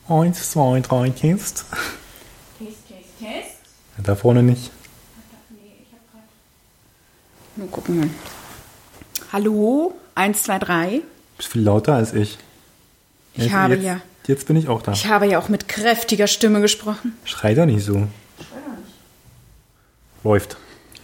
1, 2, 3, Test. Test. Da vorne nicht. Nee, ich hab grad. Nur gucken. Hallo, 1, 2, 3. Du bist viel lauter als ich. Jetzt bin ich auch da. Ich habe ja auch mit kräftiger Stimme gesprochen. Schrei doch nicht so. Schrei doch nicht. Läuft.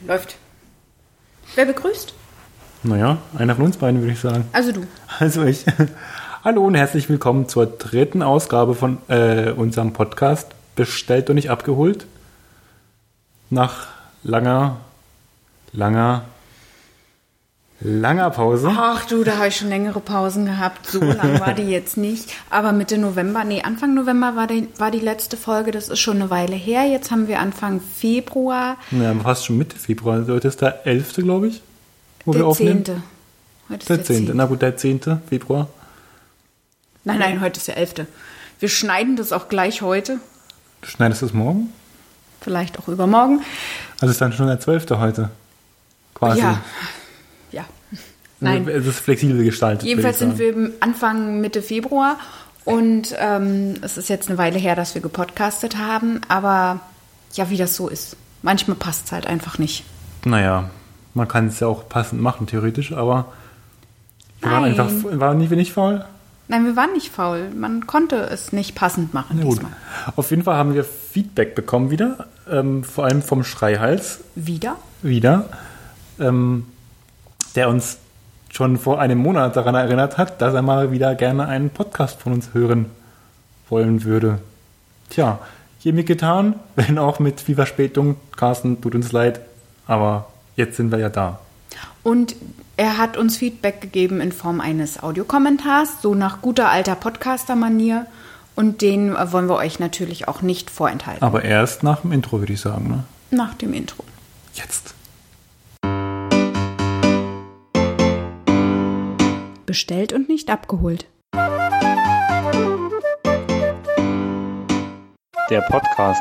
Wer begrüßt? Naja, einer von uns beiden, würde ich sagen. Also du. Also ich. Hallo und herzlich willkommen zur dritten Ausgabe von unserem Podcast Bestellt und nicht abgeholt. Nach langer Pause. Ach du, da habe ich schon längere Pausen gehabt. So lang war die jetzt nicht. Aber Anfang November war die letzte Folge. Das ist schon eine Weile her. Jetzt haben wir Anfang Februar. Ja, fast schon Mitte Februar. Heute ist der 11., glaube ich, wo wir der aufnehmen. 10. Heute ist Der 10. Na gut, der 10. Februar. Nein, heute ist der 11. Wir schneiden das auch gleich heute. Du schneidest es morgen? Vielleicht auch übermorgen. Also ist dann schon der 12. heute. Quasi. Ja. Nein. Es ist flexibel gestaltet. Jedenfalls sind wir Anfang Mitte Februar und es ist jetzt eine Weile her, dass wir gepodcastet haben, aber ja, wie das so ist. Manchmal passt es halt einfach nicht. Naja, man kann es ja auch passend machen, theoretisch, aber waren wir nicht faul? Nein, wir waren nicht faul. Man konnte es nicht passend machen diesmal. Auf jeden Fall haben wir Feedback bekommen wieder, vor allem vom Schreihals. Wieder, der uns schon vor einem Monat daran erinnert hat, dass er mal wieder gerne einen Podcast von uns hören wollen würde. Tja, hiermit getan, wenn auch mit viel Verspätung. Carsten, tut uns leid, aber jetzt sind wir ja da. Und er hat uns Feedback gegeben in Form eines Audiokommentars, so nach guter alter Podcaster-Manier. Und den wollen wir euch natürlich auch nicht vorenthalten. Aber erst nach dem Intro, würde ich sagen. Ne? Nach dem Intro. Jetzt. Bestellt und nicht abgeholt. Der Podcast.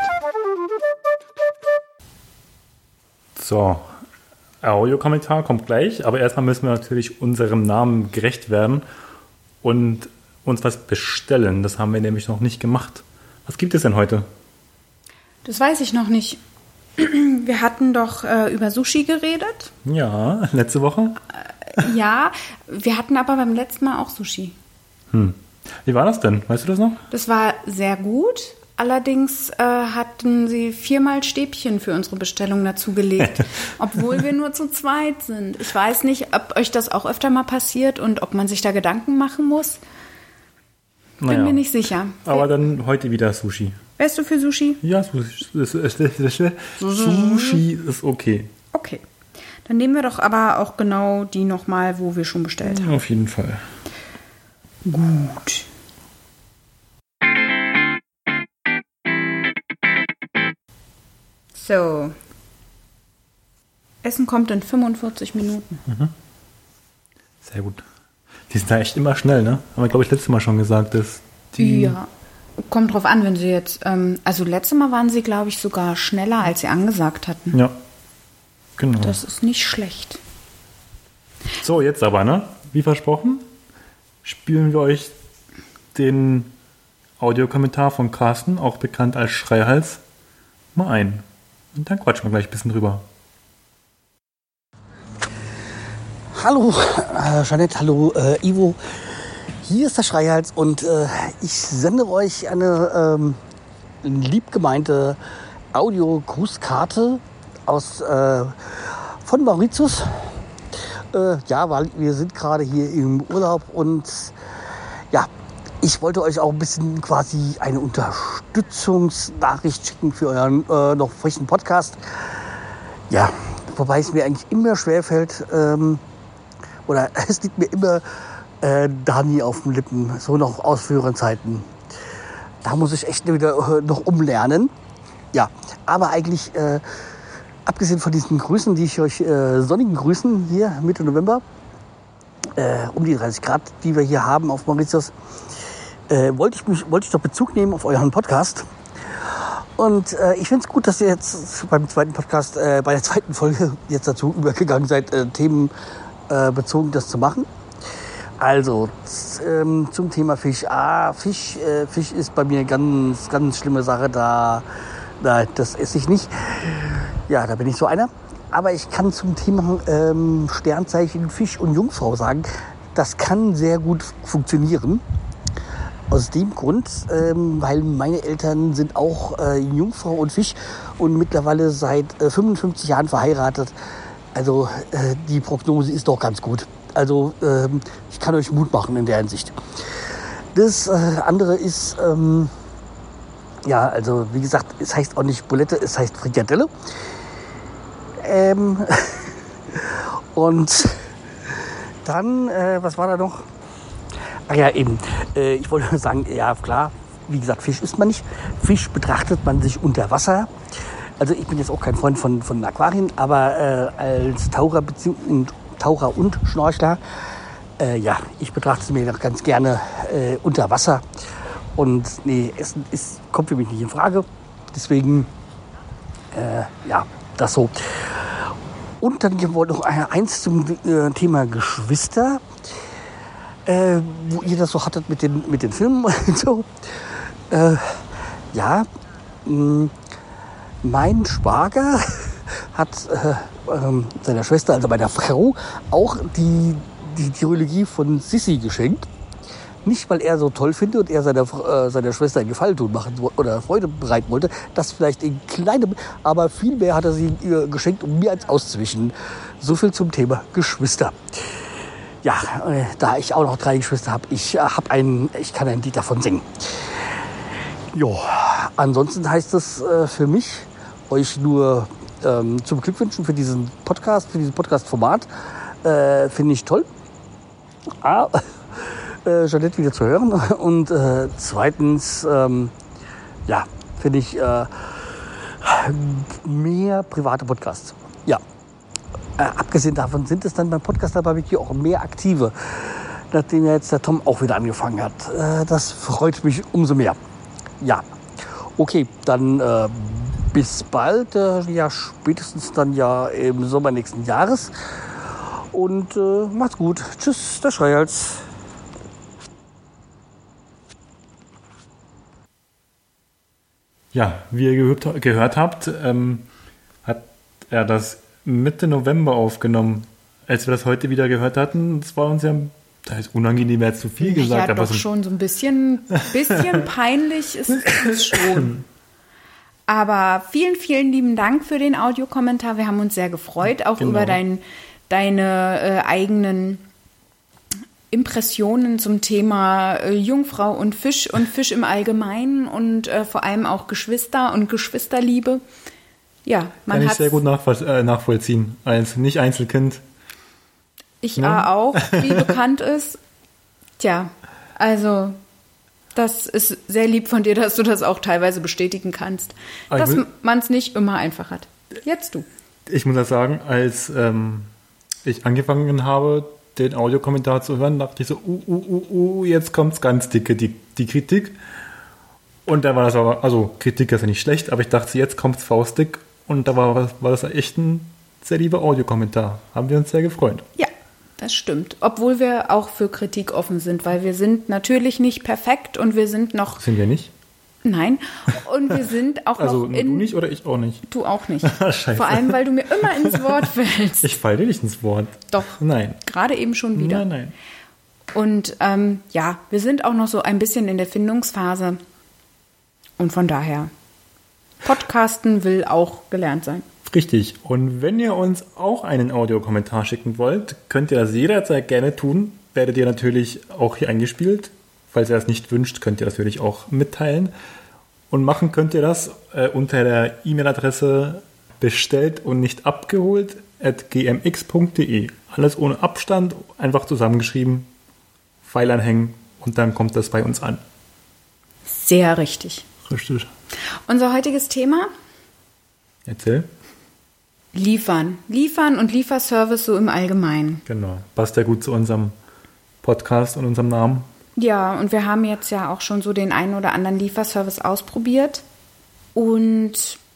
So, Audiokommentar kommt gleich, aber erstmal müssen wir natürlich unserem Namen gerecht werden und uns was bestellen. Das haben wir nämlich noch nicht gemacht. Was gibt es denn heute? Das weiß ich noch nicht. Wir hatten doch über Sushi geredet. Ja, letzte Woche. Ja, wir hatten aber beim letzten Mal auch Sushi. Wie war das denn? Weißt du das noch? Das war sehr gut. Allerdings hatten sie 4-mal Stäbchen für unsere Bestellung dazugelegt, obwohl wir nur zu zweit sind. Ich weiß nicht, ob euch das auch öfter mal passiert und ob man sich da Gedanken machen muss. Bin mir nicht sicher. Aber dann heute wieder Sushi. Wärst du für Sushi? Ja, Sushi ist okay. Okay. Dann nehmen wir doch aber auch genau die nochmal, wo wir schon bestellt haben. Auf jeden Fall. Gut. So. Essen kommt in 45 Minuten. Sehr gut. Die sind da echt immer schnell, ne? Haben wir, glaube ich, letztes Mal schon gesagt, dass die... Ja, kommt drauf an, wenn sie jetzt... also letztes Mal waren sie, glaube ich, sogar schneller, als sie angesagt hatten. Ja, genau. Das ist nicht schlecht. So, jetzt aber, ne? Wie versprochen, spielen wir euch den Audiokommentar von Carsten, auch bekannt als Schreihals, mal ein. Und dann quatschen wir gleich ein bisschen drüber. Hallo Jeanette, hallo Ivo. Hier ist der Schreihals und ich sende euch eine lieb gemeinte Audio-Grußkarte von Mauritius. Ja, weil wir sind gerade hier im Urlaub und ja, ich wollte euch auch ein bisschen quasi eine Unterstützungsnachricht schicken für euren noch frischen Podcast. Ja, wobei es mir eigentlich immer schwerfällt, oder es liegt mir immer Dani auf den Lippen, so noch aus früheren Zeiten. Da muss ich echt wieder noch umlernen. Ja, aber eigentlich, abgesehen von diesen Grüßen, die ich euch, sonnigen Grüßen hier Mitte November, um die 30 Grad, die wir hier haben auf Mauritius, wollte ich doch Bezug nehmen auf euren Podcast. Und ich finde es gut, dass ihr jetzt beim zweiten Podcast, bei der zweiten Folge jetzt dazu übergegangen seid, Themen bezogen das zu machen. Also, zum Thema Fisch. Fisch ist bei mir ganz, ganz schlimme Sache. Nein, das esse ich nicht. Ja, da bin ich so einer. Aber ich kann zum Thema Sternzeichen Fisch und Jungfrau sagen, das kann sehr gut funktionieren. Aus dem Grund, weil meine Eltern sind auch Jungfrau und Fisch und mittlerweile seit 55 Jahren verheiratet. Also die Prognose ist doch ganz gut. Also ich kann euch Mut machen in der Hinsicht. Das andere ist, ja, also wie gesagt, es heißt auch nicht Bulette, es heißt Frikadelle. Und dann, was war da noch? Ach ja, eben. Ich wollte sagen, ja klar, wie gesagt, Fisch isst man nicht. Fisch betrachtet man sich unter Wasser. Also ich bin jetzt auch kein Freund von Aquarien, aber als Taucher und Schnorchler, ja, ich betrachte es mir noch ganz gerne unter Wasser. Und nee, Essen kommt für mich nicht in Frage. Deswegen, ja, das so. Und dann wollte noch eins zum Thema Geschwister. Wo ihr das so hattet mit den Filmen und so. Ja, mein Schwager hat seiner Schwester, also meiner Frau, auch die Trilogie von Sissi geschenkt. Nicht, weil er so toll findet und er seiner Schwester einen Gefallen tun machen oder Freude bereiten wollte. Das vielleicht in kleinem, aber viel mehr hat er sie ihr geschenkt, um mir eins auszuwischen. So viel zum Thema Geschwister. Ja, da ich auch noch 3 Geschwister habe, ich kann ein Lied davon singen. Jo, ansonsten heißt es für mich, euch nur zum Glückwünschen für diesen Podcast, für dieses Podcast-Format. Finde ich toll. Jeanette wieder zu hören. Und zweitens, ja, finde ich mehr private Podcasts. Ja. Abgesehen davon sind es dann beim Podcast Barbecue auch mehr Aktive, nachdem ja jetzt der Tom auch wieder angefangen hat. Das freut mich umso mehr. Ja, okay, dann bis bald, ja spätestens dann ja im Sommer nächsten Jahres. Und macht's gut. Tschüss, der Schreihals. Ja, wie ihr gehört habt, hat er das Mitte November aufgenommen. Als wir das heute wieder gehört hatten, das war uns ja, das ist unangenehm, wer jetzt zu viel gesagt. Ja, doch schon so ein bisschen peinlich ist es schon. Aber vielen, vielen lieben Dank für den Audiokommentar. Wir haben uns sehr gefreut, auch über deine eigenen Impressionen zum Thema Jungfrau und Fisch im Allgemeinen und vor allem auch Geschwister und Geschwisterliebe. Ja, kann ich sehr gut nachvollziehen, als Nicht-Einzelkind. Ich auch, wie bekannt ist. Tja, also das ist sehr lieb von dir, dass du das auch teilweise bestätigen kannst, dass man es nicht immer einfach hat. Jetzt du. Ich muss das sagen, als ich angefangen habe, den Audiokommentar zu hören, dachte ich so, jetzt kommt's ganz dicke, die Kritik. Und da war das aber, also Kritik ist ja nicht schlecht, aber ich dachte, jetzt kommt's faustdick. Und da war das echt ein sehr lieber Audiokommentar. Haben wir uns sehr gefreut. Ja, das stimmt. Obwohl wir auch für Kritik offen sind, weil wir sind natürlich nicht perfekt und wir sind noch... Sind wir nicht? Nein. Und wir sind auch also noch du nicht oder ich auch nicht? Du auch nicht. Scheiße. Vor allem, weil du mir immer ins Wort fällst. Ich falle dir nicht ins Wort. Doch. Nein. Gerade eben schon wieder. Nein. Und ja, wir sind auch noch so ein bisschen in der Findungsphase. Und von daher, Podcasten will auch gelernt sein. Richtig. Und wenn ihr uns auch einen Audiokommentar schicken wollt, könnt ihr das jederzeit gerne tun. Werdet ihr natürlich auch hier eingespielt. Falls ihr das nicht wünscht, könnt ihr das natürlich auch mitteilen. Und machen könnt ihr das unter der E-Mail-Adresse bestellt und nicht abgeholt @gmx.de. Alles ohne Abstand, einfach zusammengeschrieben, Pfeil anhängen und dann kommt das bei uns an. Sehr richtig. Richtig. Unser heutiges Thema? Erzähl. Liefern. Liefern und Lieferservice so im Allgemeinen. Genau. Passt ja gut zu unserem Podcast und unserem Namen. Ja, und wir haben jetzt ja auch schon so den einen oder anderen Lieferservice ausprobiert. Und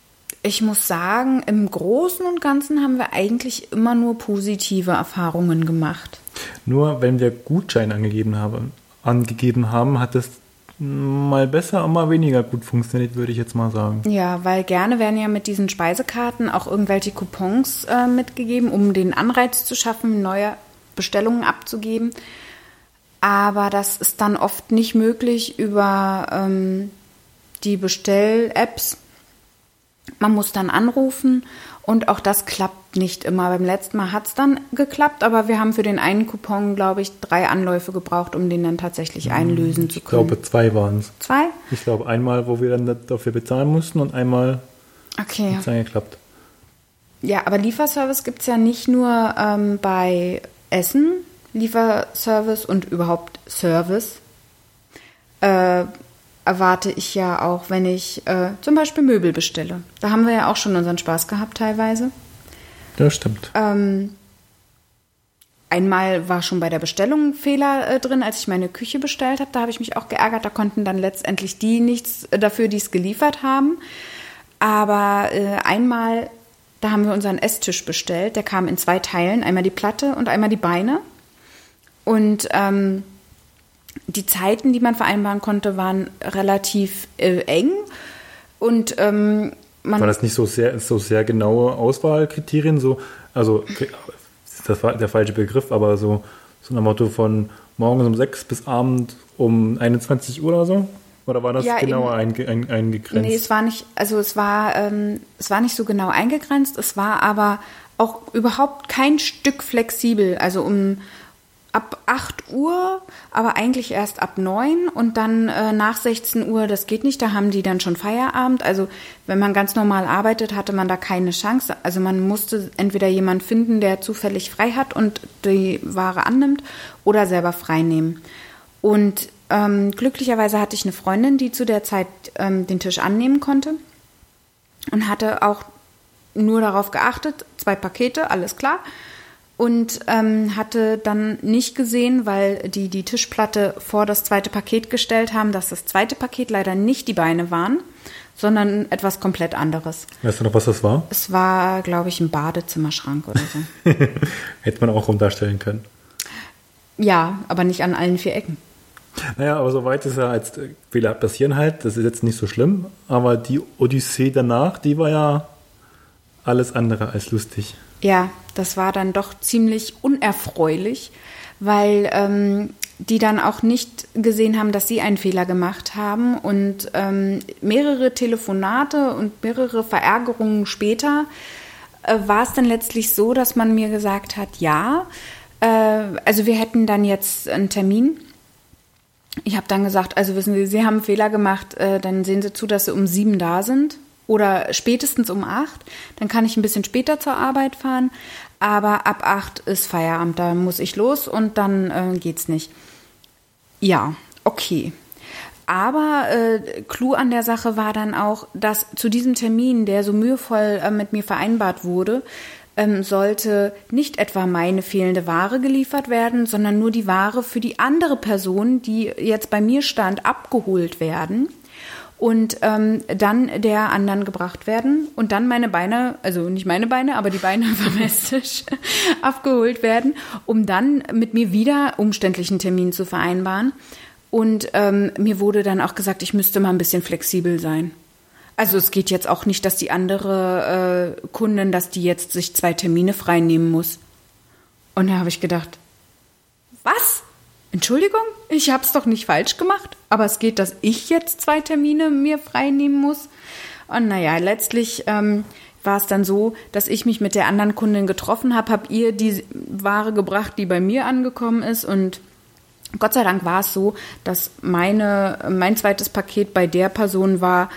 Ich muss sagen, im Großen und Ganzen haben wir eigentlich immer nur positive Erfahrungen gemacht. Nur wenn wir Gutscheine angegeben haben, hat es mal besser und mal weniger gut funktioniert, würde ich jetzt mal sagen. Ja, weil gerne werden ja mit diesen Speisekarten auch irgendwelche Coupons mitgegeben, um den Anreiz zu schaffen, neue Bestellungen abzugeben. Aber das ist dann oft nicht möglich über die Bestell-Apps. Man muss dann anrufen und auch das klappt nicht immer. Beim letzten Mal hat es dann geklappt, aber wir haben für den einen Coupon, glaube ich, 3 Anläufe gebraucht, um den dann tatsächlich einlösen zu können. Ich glaube, 2 waren es. 2? Ich glaube, einmal, wo wir dann dafür bezahlen mussten und einmal hat es dann geklappt. Ja, aber Lieferservice gibt es ja nicht nur bei Essen, Lieferservice und überhaupt Service. Erwarte ich ja auch, wenn ich zum Beispiel Möbel bestelle. Da haben wir ja auch schon unseren Spaß gehabt teilweise. Das stimmt. Einmal war schon bei der Bestellung ein Fehler drin, als ich meine Küche bestellt habe. Da habe ich mich auch geärgert. Da konnten dann letztendlich die nichts dafür, die es geliefert haben. Aber einmal, da haben wir unseren Esstisch bestellt. Der kam in 2 Teilen. Einmal die Platte und einmal die Beine. Und die Zeiten, die man vereinbaren konnte, waren relativ eng. Und war das nicht so sehr genaue Auswahlkriterien? Also das war der falsche Begriff, aber so ein Motto von morgens um 6 bis abend um 21 Uhr oder so? Oder war das genauer eingegrenzt? Nee, es war nicht so genau eingegrenzt. Es war aber auch überhaupt kein Stück flexibel. Also ab 8 Uhr, aber eigentlich erst ab 9 und dann nach 16 Uhr, das geht nicht, da haben die dann schon Feierabend. Also wenn man ganz normal arbeitet, hatte man da keine Chance. Also man musste entweder jemanden finden, der zufällig frei hat und die Ware annimmt oder selber frei nehmen. Und glücklicherweise hatte ich eine Freundin, die zu der Zeit den Tisch annehmen konnte und hatte auch nur darauf geachtet, 2 Pakete, alles klar. Und hatte dann nicht gesehen, weil die Tischplatte vor das 2. Paket gestellt haben, dass das 2. Paket leider nicht die Beine waren, sondern etwas komplett anderes. Weißt du noch, was das war? Es war, glaube ich, ein Badezimmerschrank oder so. Hätte man auch runterstellen können. Ja, aber nicht an allen 4 Ecken. Naja, aber soweit ist ja als Fehler passieren halt. Das ist jetzt nicht so schlimm. Aber die Odyssee danach, die war ja alles andere als lustig. Ja, das war dann doch ziemlich unerfreulich, weil die dann auch nicht gesehen haben, dass sie einen Fehler gemacht haben. Und mehrere Telefonate und mehrere Verärgerungen später war es dann letztlich so, dass man mir gesagt hat, also wir hätten dann jetzt einen Termin. Ich habe dann gesagt, also wissen Sie, Sie haben einen Fehler gemacht, dann sehen Sie zu, dass Sie um 7 da sind. Oder spätestens um 8, dann kann ich ein bisschen später zur Arbeit fahren, aber ab 8 ist Feierabend, da muss ich los und dann geht's nicht. Ja, okay. Aber Clou an der Sache war dann auch, dass zu diesem Termin, der so mühevoll mit mir vereinbart wurde, sollte nicht etwa meine fehlende Ware geliefert werden, sondern nur die Ware für die andere Person, die jetzt bei mir stand, abgeholt werden. Und dann der anderen gebracht werden und dann meine Beine, also nicht meine Beine, aber die Beine vom Esstisch abgeholt werden, um dann mit mir wieder umständlichen Termin zu vereinbaren. Und mir wurde dann auch gesagt, ich müsste mal ein bisschen flexibel sein. Also es geht jetzt auch nicht, dass die andere Kundin, dass die jetzt sich 2 Termine frei nehmen muss. Und da habe ich gedacht, was? Entschuldigung, ich habe es doch nicht falsch gemacht, aber es geht, dass ich jetzt 2 Termine mir frei nehmen muss. Und naja, letztlich war es dann so, dass ich mich mit der anderen Kundin getroffen habe ihr die Ware gebracht, die bei mir angekommen ist. Und Gott sei Dank war es so, dass mein 2. Paket bei der Person war,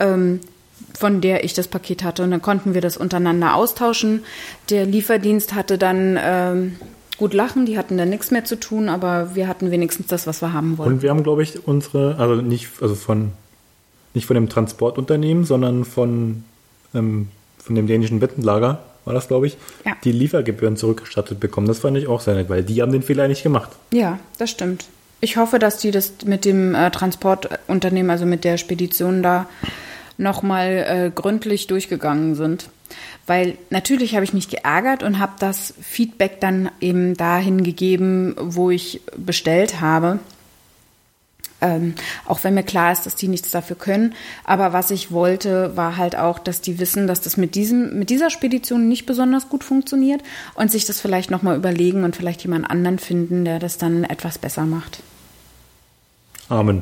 von der ich das Paket hatte. Und dann konnten wir das untereinander austauschen. Der Lieferdienst hatte dann gut lachen, die hatten dann nichts mehr zu tun, aber wir hatten wenigstens das, was wir haben wollten. Und wir haben, glaube ich, nicht von dem Transportunternehmen, sondern von dem dänischen Bettenlager, war das, glaube ich, ja, die Liefergebühren zurückgestattet bekommen. Das fand ich auch sehr nett, weil die haben den Fehler nicht gemacht. Ja, das stimmt. Ich hoffe, dass die das mit dem Transportunternehmen, also mit der Spedition da, nochmal gründlich durchgegangen sind. Weil natürlich habe ich mich geärgert und habe das Feedback dann eben dahin gegeben, wo ich bestellt habe. Auch wenn mir klar ist, dass die nichts dafür können. Aber was ich wollte, war halt auch, dass die wissen, dass das mit dieser Spedition nicht besonders gut funktioniert und sich das vielleicht nochmal überlegen und vielleicht jemand anderen finden, der das dann etwas besser macht. Amen.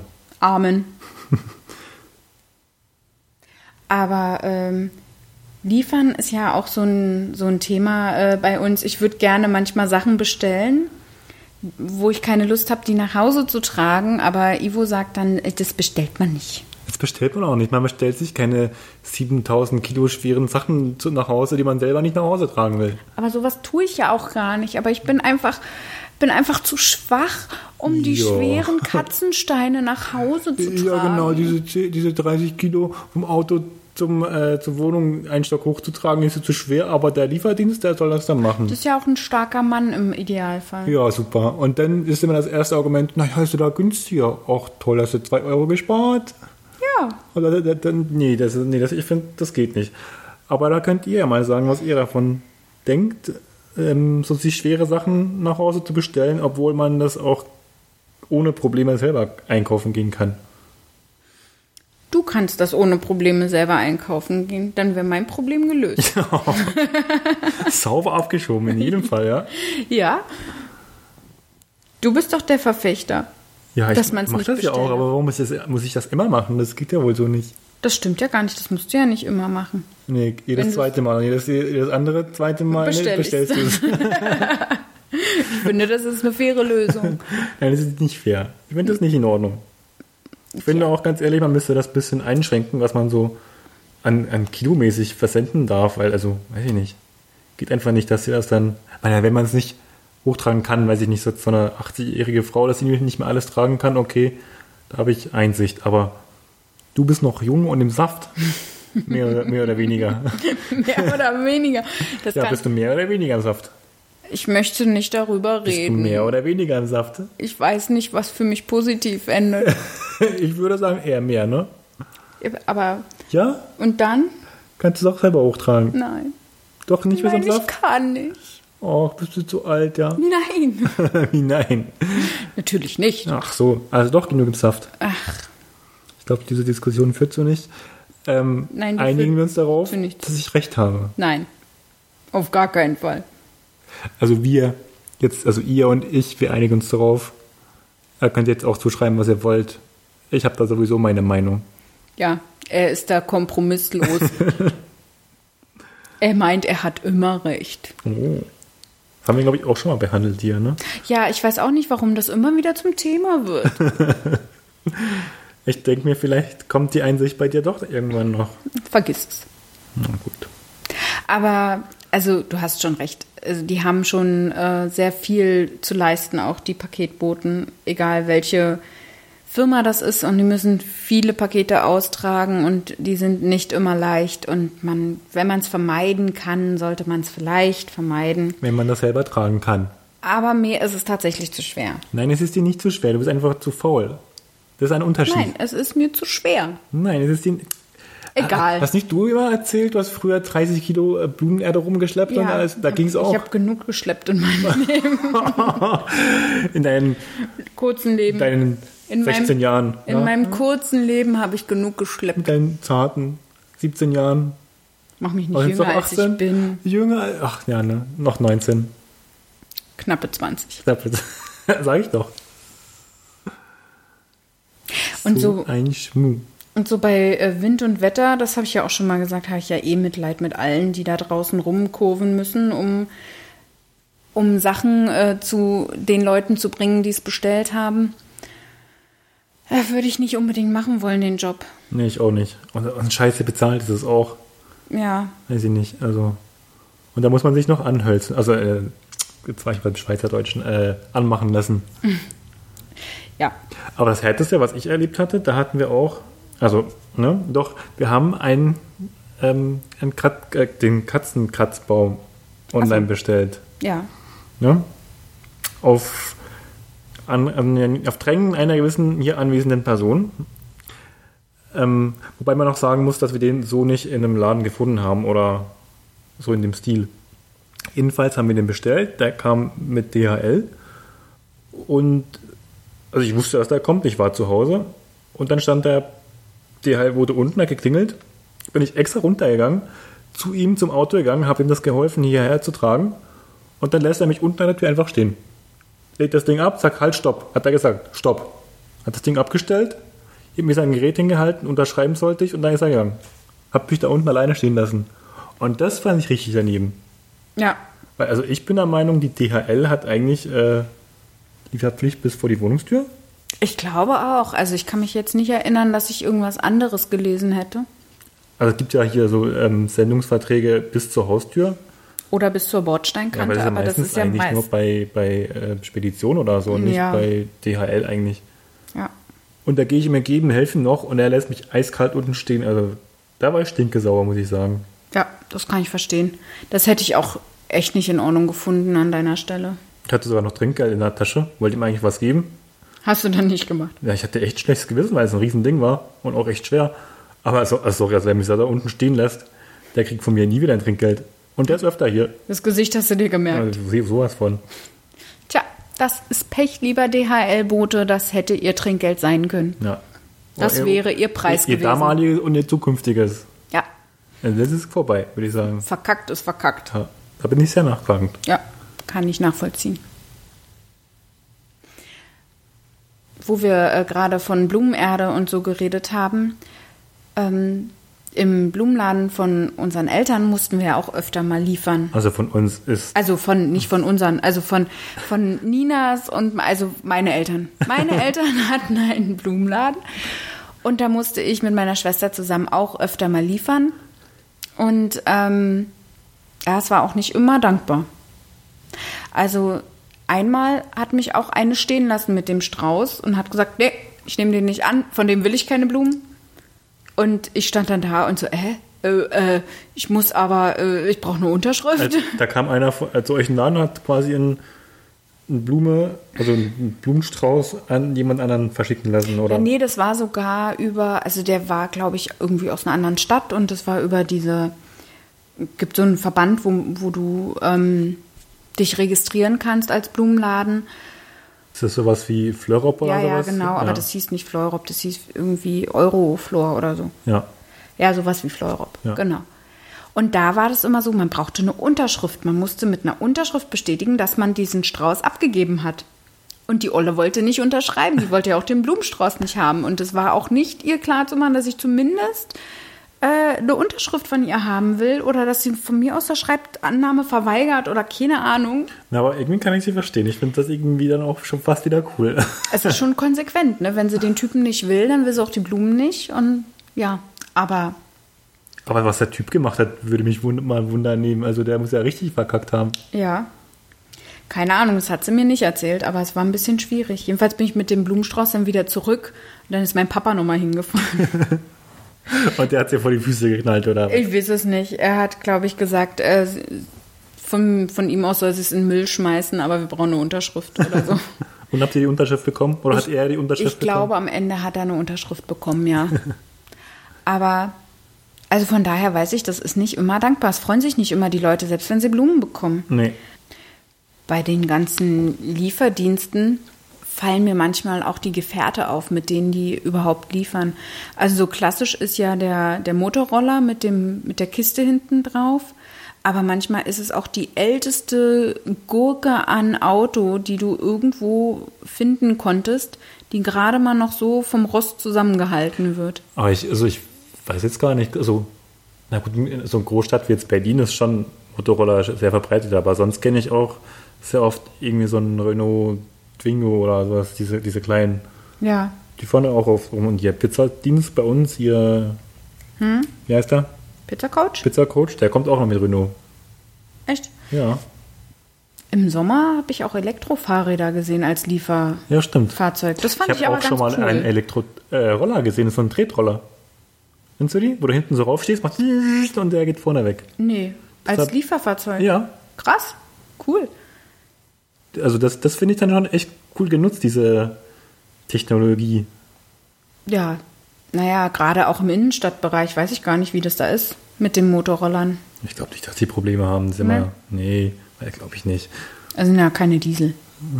Aber Liefern ist ja auch so ein Thema bei uns. Ich würde gerne manchmal Sachen bestellen, wo ich keine Lust habe, die nach Hause zu tragen. Aber Ivo sagt dann, das bestellt man nicht. Das bestellt man auch nicht. Man bestellt sich keine 7000 Kilo schweren Sachen nach Hause, die man selber nicht nach Hause tragen will. Aber sowas tue ich ja auch gar nicht. Aber ich bin einfach zu schwach, um die schweren Katzensteine nach Hause zu tragen. Ja, genau. Diese 30 Kilo vom Auto zur Wohnung einen Stock hochzutragen, ist zu schwer, aber der Lieferdienst, der soll das dann machen. Das ist ja auch ein starker Mann im Idealfall. Ja, super. Und dann ist immer das erste Argument, naja, ist du da günstiger? Auch toll, hast du 2 Euro gespart. Ja. Oder ich finde, das geht nicht. Aber da könnt ihr ja mal sagen, was ihr davon denkt, so sich schwere Sachen nach Hause zu bestellen, obwohl man das auch ohne Probleme selber einkaufen gehen kann. Du kannst das ohne Probleme selber einkaufen gehen, dann wäre mein Problem gelöst. Ja. Sauber abgeschoben, in jedem Fall, ja. Ja. Du bist doch der Verfechter. Ja, dass ich man's mach nicht das ja auch, bestellt. aber warum muss ich das immer machen? Das geht ja wohl so nicht. Das stimmt ja gar nicht, das musst du ja nicht immer machen. Nee, jedes zweite Mal. Jedes andere zweite Mal bestellst du es. Ich finde, das ist eine faire Lösung. Nein, das ist nicht fair. Ich finde das nicht in Ordnung. Ich finde auch ganz ehrlich, man müsste das ein bisschen einschränken, was man so an kilomäßig versenden darf, weil, also, weiß ich nicht. Geht einfach nicht, dass sie das dann, wenn man es nicht hochtragen kann, weiß ich nicht, so eine 80-jährige Frau, dass sie nicht mehr alles tragen kann, okay, da habe ich Einsicht, aber du bist noch jung und im Saft. Mehr oder weniger. Mehr oder weniger. Bist du mehr oder weniger im Saft? Ich möchte nicht darüber reden. Bist du mehr oder weniger im Saft? Ich weiß nicht, was für mich positiv endet. Ich würde sagen, eher mehr, ne? Aber... Ja? Und dann? Kannst du es auch selber hochtragen? Nein. Doch nicht bis am Saft? Ich kann nicht. Oh, bist du zu alt, ja? Nein. Wie nein? Natürlich nicht. Ach so, also doch genug im Saft. Ach. Ich glaube, diese Diskussion führt so nicht. Nein, einigen wir uns darauf, dass ich recht habe. Nein, auf gar keinen Fall. Also ihr und ich, wir einigen uns darauf. Ihr könnt jetzt auch zuschreiben, was ihr wollt. Ich habe da sowieso meine Meinung. Ja, er ist da kompromisslos. Er meint, er hat immer recht. Oh. Das haben wir, glaube ich, auch schon mal behandelt hier, ne? Ja, ich weiß auch nicht, warum das immer wieder zum Thema wird. Ich denke mir, vielleicht kommt die Einsicht bei dir doch irgendwann noch. Vergiss es. Na gut. Aber, also du hast schon recht. Also, die haben schon sehr viel zu leisten, auch die Paketboten, egal welche Firma das ist. Und die müssen viele Pakete austragen und die sind nicht immer leicht. Und wenn man es vermeiden kann, sollte man es vielleicht vermeiden. Wenn man das selber tragen kann. Aber mir ist es tatsächlich zu schwer. Nein, es ist dir nicht zu schwer. Du bist einfach zu faul. Das ist ein Unterschied. Nein, es ist mir zu schwer. Nein, es ist dir... Egal. Hast nicht du immer erzählt, du hast früher 30 Kilo Blumenerde rumgeschleppt? Ja, und alles? Da ging es auch. Ich habe genug geschleppt in meinem Leben. In deinem kurzen Leben. Deinen 16 Jahren. In meinem kurzen Leben habe ich genug geschleppt. Mit deinen zarten 17 Jahren. Mach mich nicht jünger, als ich bin. Jünger? Ach ja, ne? Noch 19. Knappe 20. Sag ich doch. Und so ein Schmuh. Und so bei Wind und Wetter, das habe ich ja auch schon mal gesagt, habe ich ja Mitleid mit allen, die da draußen rumkurven müssen, um Sachen zu den Leuten zu bringen, die es bestellt haben. Würde ich nicht unbedingt machen wollen, den Job. Nee, ich auch nicht. Und scheiße bezahlt ist es auch. Ja. Weiß ich nicht. Also. Und da muss man sich noch anhölzen. Also, jetzt war ich beim Schweizerdeutschen, anmachen lassen. Ja. Aber das Härteste, was ich erlebt hatte, da hatten wir auch, wir haben den Katzenkratzbaum online bestellt. Ja. Ne? Auf Drängen einer gewissen hier anwesenden Person. Wobei man auch sagen muss, dass wir den so nicht in einem Laden gefunden haben oder so in dem Stil. Jedenfalls haben wir den bestellt, der kam mit DHL und also ich wusste, dass der kommt, ich war zu Hause und dann stand der DHL wurde unten, hat geklingelt, bin ich extra runtergegangen, zu ihm zum Auto gegangen, habe ihm das geholfen, hierher zu tragen und dann lässt er mich unten an der Tür einfach stehen. Legt das Ding ab, sagt halt, stopp, hat er gesagt, stopp. Hat das Ding abgestellt, hat mir sein Gerät hingehalten, unterschreiben sollte ich und dann ist er gegangen. Hab mich da unten alleine stehen lassen. Und das fand ich richtig daneben. Ja. Weil, also ich bin der Meinung, die DHL hat eigentlich Lieferpflicht bis vor die Wohnungstür. Ich glaube auch. Also ich kann mich jetzt nicht erinnern, dass ich irgendwas anderes gelesen hätte. Also es gibt ja hier so Sendungsverträge bis zur Haustür. Oder bis zur Bordsteinkante, ja, aber das ist ja eigentlich meist nur bei Spedition oder so, nicht bei DHL eigentlich. Ja. Und da gehe ich ihm entgegen, helfe ihm noch und er lässt mich eiskalt unten stehen. Also da war ich stinkesauer, muss ich sagen. Ja, das kann ich verstehen. Das hätte ich auch echt nicht in Ordnung gefunden an deiner Stelle. Ich hatte sogar noch Trinkgeld in der Tasche, wollte ihm eigentlich was geben. Hast du dann nicht gemacht? Ja, ich hatte echt schlechtes Gewissen, weil es ein Riesending war und auch echt schwer. Aber sorry, wer mich da unten stehen lässt, der kriegt von mir nie wieder ein Trinkgeld. Und der ist öfter hier. Das Gesicht hast du dir gemerkt. Also, sowas von. Tja, das ist Pech, lieber DHL-Bote. Das hätte ihr Trinkgeld sein können. Ja. Das wäre ihr Preis gewesen. Ihr damaliges und ihr zukünftiges. Ja. Also das ist vorbei, würde ich sagen. Verkackt ist verkackt. Ja, da bin ich sehr nachfragend. Ja, kann ich nachvollziehen. Wo wir gerade von Blumenerde und so geredet haben, im Blumenladen von unseren Eltern mussten wir auch öfter mal liefern. Also von uns ist... Also nicht von unseren, also von Ninas und also meine Eltern. Meine Eltern hatten einen Blumenladen und da musste ich mit meiner Schwester zusammen auch öfter mal liefern. Und es war auch nicht immer dankbar. Also einmal hat mich auch eine stehen lassen mit dem Strauß und hat gesagt, nee, ich nehme den nicht an, von dem will ich keine Blumen. Und ich stand dann da und so, ich muss aber, ich brauche eine Unterschrift. Also, da kam einer zu euch in den Laden, hat quasi einen Blumenstrauß an jemand anderen verschicken lassen, oder? Ja, nee, das war sogar also der war, glaube ich, irgendwie aus einer anderen Stadt und das war über gibt so einen Verband, wo du dich registrieren kannst als Blumenladen. Ist das sowas wie Fleurop oder sowas? Ja, genau, aber das hieß nicht Fleurop, das hieß irgendwie Euroflor oder so. Ja. Ja, sowas wie Fleurop, ja. Genau. Und da war das immer so, man brauchte eine Unterschrift. Man musste mit einer Unterschrift bestätigen, dass man diesen Strauß abgegeben hat. Und die Olle wollte nicht unterschreiben, die wollte ja auch den Blumenstrauß nicht haben. Und es war auch nicht ihr klar zu machen, dass ich zumindest eine Unterschrift von ihr haben will oder dass sie von mir aus da schreibt, Annahme verweigert oder keine Ahnung. Na, aber irgendwie kann ich sie verstehen. Ich finde das irgendwie dann auch schon fast wieder cool. Es ist schon konsequent, ne? Wenn sie den Typen nicht will, dann will sie auch die Blumen nicht. Und ja, aber was der Typ gemacht hat, würde mich mal wundern. Also der muss ja richtig verkackt haben. Ja. Keine Ahnung, das hat sie mir nicht erzählt, aber es war ein bisschen schwierig. Jedenfalls bin ich mit dem Blumenstrauß dann wieder zurück und dann ist mein Papa nochmal hingefahren. Und der hat dir vor die Füße geknallt, oder? Ich weiß es nicht. Er hat, glaube ich, gesagt, von ihm aus soll sie es in den Müll schmeißen, aber wir brauchen eine Unterschrift oder so. Und habt ihr die Unterschrift bekommen? Oder hat er die Unterschrift bekommen? Ich glaube, am Ende hat er eine Unterschrift bekommen, ja. Aber, also von daher weiß ich, das ist nicht immer dankbar. Es freuen sich nicht immer die Leute, selbst wenn sie Blumen bekommen. Nee. Bei den ganzen Lieferdiensten fallen mir manchmal auch die Gefährte auf, mit denen die überhaupt liefern. Also so klassisch ist ja der Motorroller mit der Kiste hinten drauf. Aber manchmal ist es auch die älteste Gurke an Auto, die du irgendwo finden konntest, die gerade mal noch so vom Rost zusammengehalten wird. Aber ich weiß jetzt gar nicht, also na gut, so eine Großstadt wie jetzt Berlin ist schon Motorroller sehr verbreitet, aber sonst kenne ich auch sehr oft irgendwie so einen Renault Twingo oder sowas, diese kleinen. Ja. Die fahren auch auf rum. Und der Pizzadienst bei uns hier, wie heißt der? Pizzacoach? Pizzacoach, der kommt auch noch mit Renault. Echt? Ja. Im Sommer habe ich auch Elektrofahrräder gesehen als Lieferfahrzeug. Ja, stimmt. Das fand ich aber ganz cool. Ich habe auch schon mal einen Elektroroller gesehen, das ist so ein Tretroller. Kennst du die? Wo du hinten so raufstehst, macht und der geht vorne weg. Nee, als Lieferfahrzeug? Ja. Krass, cool. Also das finde ich dann schon echt cool genutzt, diese Technologie. Ja, Naja, gerade auch im Innenstadtbereich weiß ich gar nicht, wie das da ist mit den Motorrollern. Ich glaube nicht, dass die Probleme haben. Das ist immer, nee, glaube ich nicht. Also ja, keine Diesel.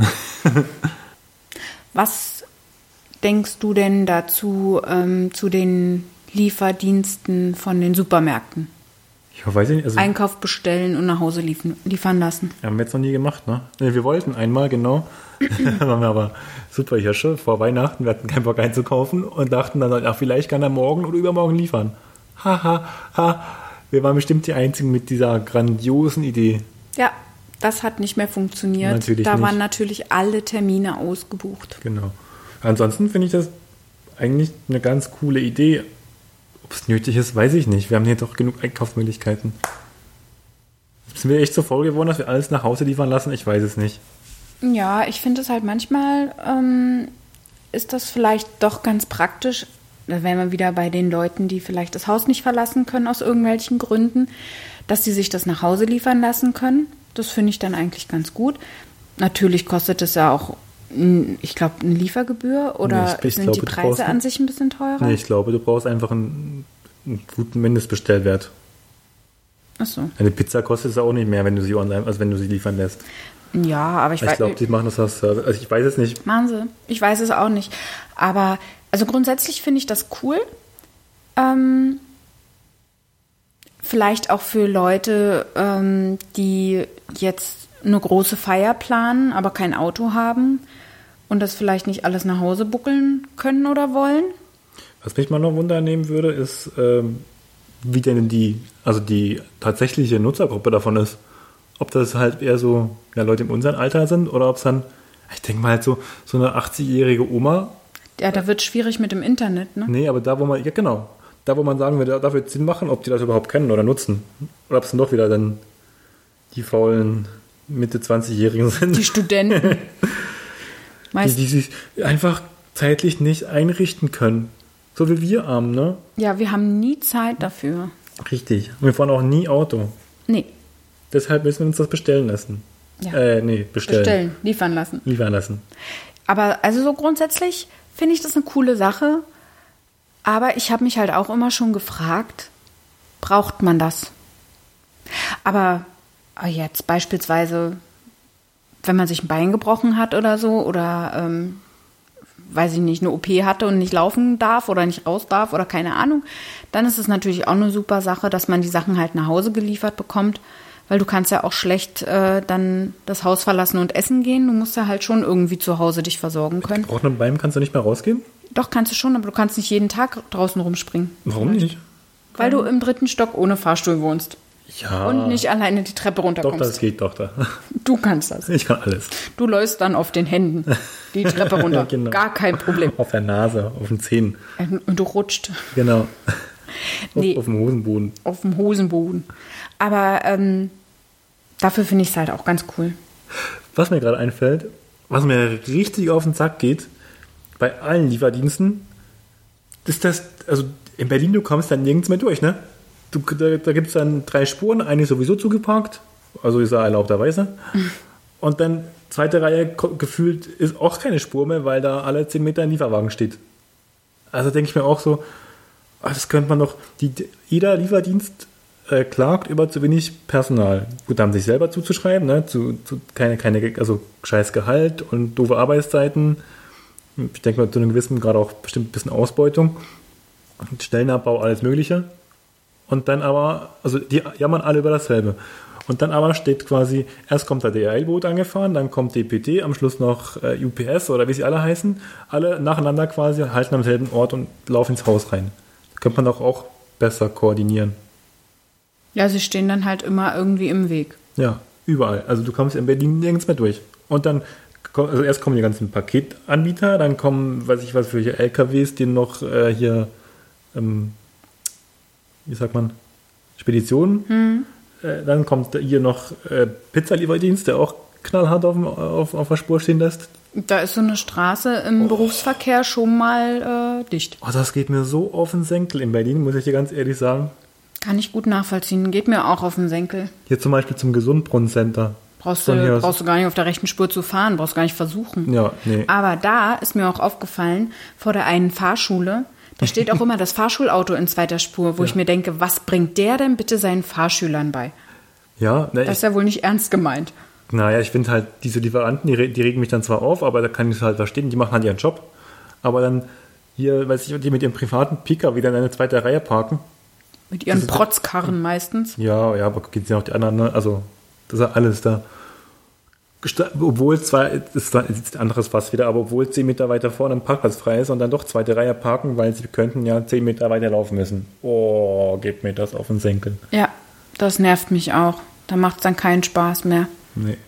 Was denkst du denn dazu zu den Lieferdiensten von den Supermärkten? Ich weiß nicht. Also, Einkauf bestellen und nach Hause liefern lassen. Haben wir jetzt noch nie gemacht, ne? Wir wollten einmal, genau. Waren wir aber super Hirsche vor Weihnachten. Wir hatten keinen Bock einzukaufen und dachten dann, ach, vielleicht kann er morgen oder übermorgen liefern. Ha. Wir waren bestimmt die Einzigen mit dieser grandiosen Idee. Ja, das hat nicht mehr funktioniert. Natürlich da nicht. waren natürlich alle Termine ausgebucht. Genau. Ansonsten finde ich das eigentlich eine ganz coole Idee. Ob es nötig ist, weiß ich nicht. Wir haben hier doch genug Einkaufsmöglichkeiten. Sind wir echt so faul geworden, dass wir alles nach Hause liefern lassen? Ich weiß es nicht. Ja, ich finde es halt manchmal ist das vielleicht doch ganz praktisch. Da wären wir wieder bei den Leuten, die vielleicht das Haus nicht verlassen können aus irgendwelchen Gründen, dass sie sich das nach Hause liefern lassen können. Das finde ich dann eigentlich ganz gut. Natürlich kostet es ja auch, ich glaube, eine Liefergebühr oder ich sind glaube, die Preise an sich ein bisschen teurer? Nee, ich glaube, du brauchst einfach einen guten Mindestbestellwert. Ach so. Eine Pizza kostet es auch nicht mehr, wenn du sie online, also wenn du sie liefern lässt. Ja, aber ich glaube, die machen das als Service. Also ich weiß es nicht. Machen sie. Ich weiß es auch nicht. Aber also grundsätzlich finde ich das cool. Vielleicht auch für Leute, die jetzt eine große Feier planen, aber kein Auto haben und das vielleicht nicht alles nach Hause buckeln können oder wollen. Was mich mal noch wundernehmen würde, ist, wie denn die tatsächliche Nutzergruppe davon ist. Ob das halt eher so Leute in unserem Alter sind oder ob es dann, ich denke mal halt so eine 80-jährige Oma. Ja, da wird es schwierig mit dem Internet, ne? Nee, aber da, wo man, ja genau, da, wo man sagen würde, da wird es Sinn machen, ob die das überhaupt kennen oder nutzen. Oder ob es dann doch wieder dann die faulen Mitte-20-Jährigen sind. Die Studenten. die sich einfach zeitlich nicht einrichten können. So wie wir Armen, ne? Ja, wir haben nie Zeit dafür. Richtig. Und wir fahren auch nie Auto. Nee. Deshalb müssen wir uns das bestellen lassen. Ja. Bestellen. Bestellen, liefern lassen. Liefern lassen. Aber also so grundsätzlich finde ich das eine coole Sache. Aber ich habe mich halt auch immer schon gefragt, braucht man das? Aber jetzt beispielsweise, wenn man sich ein Bein gebrochen hat oder so oder weiß ich nicht, eine OP hatte und nicht laufen darf oder nicht raus darf oder keine Ahnung, dann ist es natürlich auch eine super Sache, dass man die Sachen halt nach Hause geliefert bekommt, weil du kannst ja auch schlecht dann das Haus verlassen und essen gehen. Du musst ja halt schon irgendwie zu Hause dich versorgen können. Mit gebrochenem Bein kannst du nicht mehr rausgehen? Doch, kannst du schon, aber du kannst nicht jeden Tag draußen rumspringen. Warum nicht? Weil du im 3. Stock ohne Fahrstuhl wohnst. Ja. Und nicht alleine die Treppe runterkommst. Doch, das geht doch da. Du kannst das. Ich kann alles. Du läufst dann auf den Händen die Treppe runter. Genau. Gar kein Problem. Auf der Nase, auf den Zähnen. Und du rutscht. Genau. Nee. Auf dem Hosenboden. Auf dem Hosenboden. Aber dafür finde ich es halt auch ganz cool. Was mir gerade einfällt, was mir richtig auf den Sack geht, bei allen Lieferdiensten, ist das, also in Berlin, du kommst dann nirgends mehr durch, ne? Da gibt es dann 3 Spuren, eine ist sowieso zugeparkt, also ist er erlaubterweise. Und dann zweite Reihe gefühlt ist auch keine Spur mehr, weil da alle 10 Meter ein Lieferwagen steht. Also denke ich mir auch so, das könnte man doch, jeder Lieferdienst klagt über zu wenig Personal. Gut, da haben sich selber zuzuschreiben, ne? Also scheiß Gehalt und doofe Arbeitszeiten. Ich denke mal, zu einem gewissen Grad auch bestimmt ein bisschen Ausbeutung. Stellenabbau, alles Mögliche. Und dann aber, also die jammern alle über dasselbe. Und dann aber steht quasi, erst kommt der DHL-Boot angefahren, dann kommt DPD, am Schluss noch UPS oder wie sie alle heißen. Alle nacheinander quasi, halten am selben Ort und laufen ins Haus rein. Das könnte man doch auch besser koordinieren. Ja, sie stehen dann halt immer irgendwie im Weg. Ja, überall. Also du kommst in Berlin nirgends mehr durch. Und dann, also erst kommen die ganzen Paketanbieter, dann kommen, weiß ich was für hier LKWs, die noch hier, wie sagt man, Speditionen. Dann kommt hier noch Pizzalieferdienst, der auch knallhart auf der Spur stehen lässt. Da ist so eine Straße im Berufsverkehr schon mal dicht. Oh, das geht mir so auf den Senkel in Berlin, muss ich dir ganz ehrlich sagen. Kann ich gut nachvollziehen. Geht mir auch auf den Senkel. Hier zum Beispiel zum Gesundbrunnen-Center. Brauchst du gar nicht auf der rechten Spur zu fahren, brauchst gar nicht versuchen. Ja, nee. Aber da ist mir auch aufgefallen, vor der einen Fahrschule, Da steht auch immer das Fahrschulauto in zweiter Spur, wo ich mir denke, was bringt der denn bitte seinen Fahrschülern bei? Ja, Das ist ja wohl nicht ernst gemeint. naja, ich finde halt, diese Lieferanten, die regen mich dann zwar auf, aber da kann ich es halt verstehen, die machen halt ihren Job. Aber dann hier, weiß ich, die mit ihrem privaten Pkw wieder in eine zweite Reihe parken. Mit ihren Protzkarren meistens. Ja, aber gibt es ja auch die anderen, ne? Also, das ist ja alles da. Obwohl es zwar, ist ein anderes Fass wieder, aber obwohl 10 Meter weiter vorne ein Parkplatz frei ist und dann doch zweite Reihe parken, weil sie könnten ja 10 Meter weiter laufen müssen. Oh, gebt mir das auf den Senkel. Ja, das nervt mich auch. Da macht es dann keinen Spaß mehr. Nee.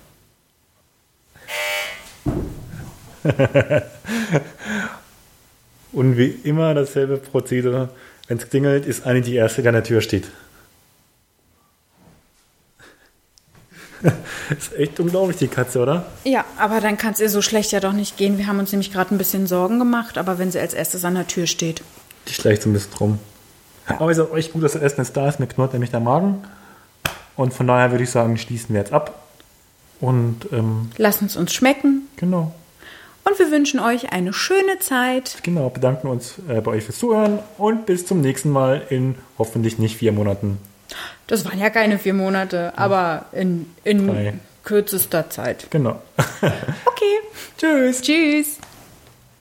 Und wie immer dasselbe Prozedere. Wenn es klingelt, ist eine die Erste, die an der Tür steht. Ist echt unglaublich, die Katze, oder? Ja, aber dann kann es ihr so schlecht ja doch nicht gehen. Wir haben uns nämlich gerade ein bisschen Sorgen gemacht, aber wenn sie als erstes an der Tür steht. Die schleicht so ein bisschen rum. Aber es ist auch echt gut, dass das Essen jetzt da ist. Mir knurrt nämlich der Magen. Und von daher würde ich sagen, schließen wir jetzt ab. Und, Lassen es uns schmecken. genau. Und wir wünschen euch eine schöne Zeit. Genau, bedanken uns bei euch fürs Zuhören und bis zum nächsten Mal in hoffentlich nicht 4 Monaten. Das waren ja keine 4 Monate, aber in 3. kürzester Zeit. Genau. Okay. Tschüss. Tschüss.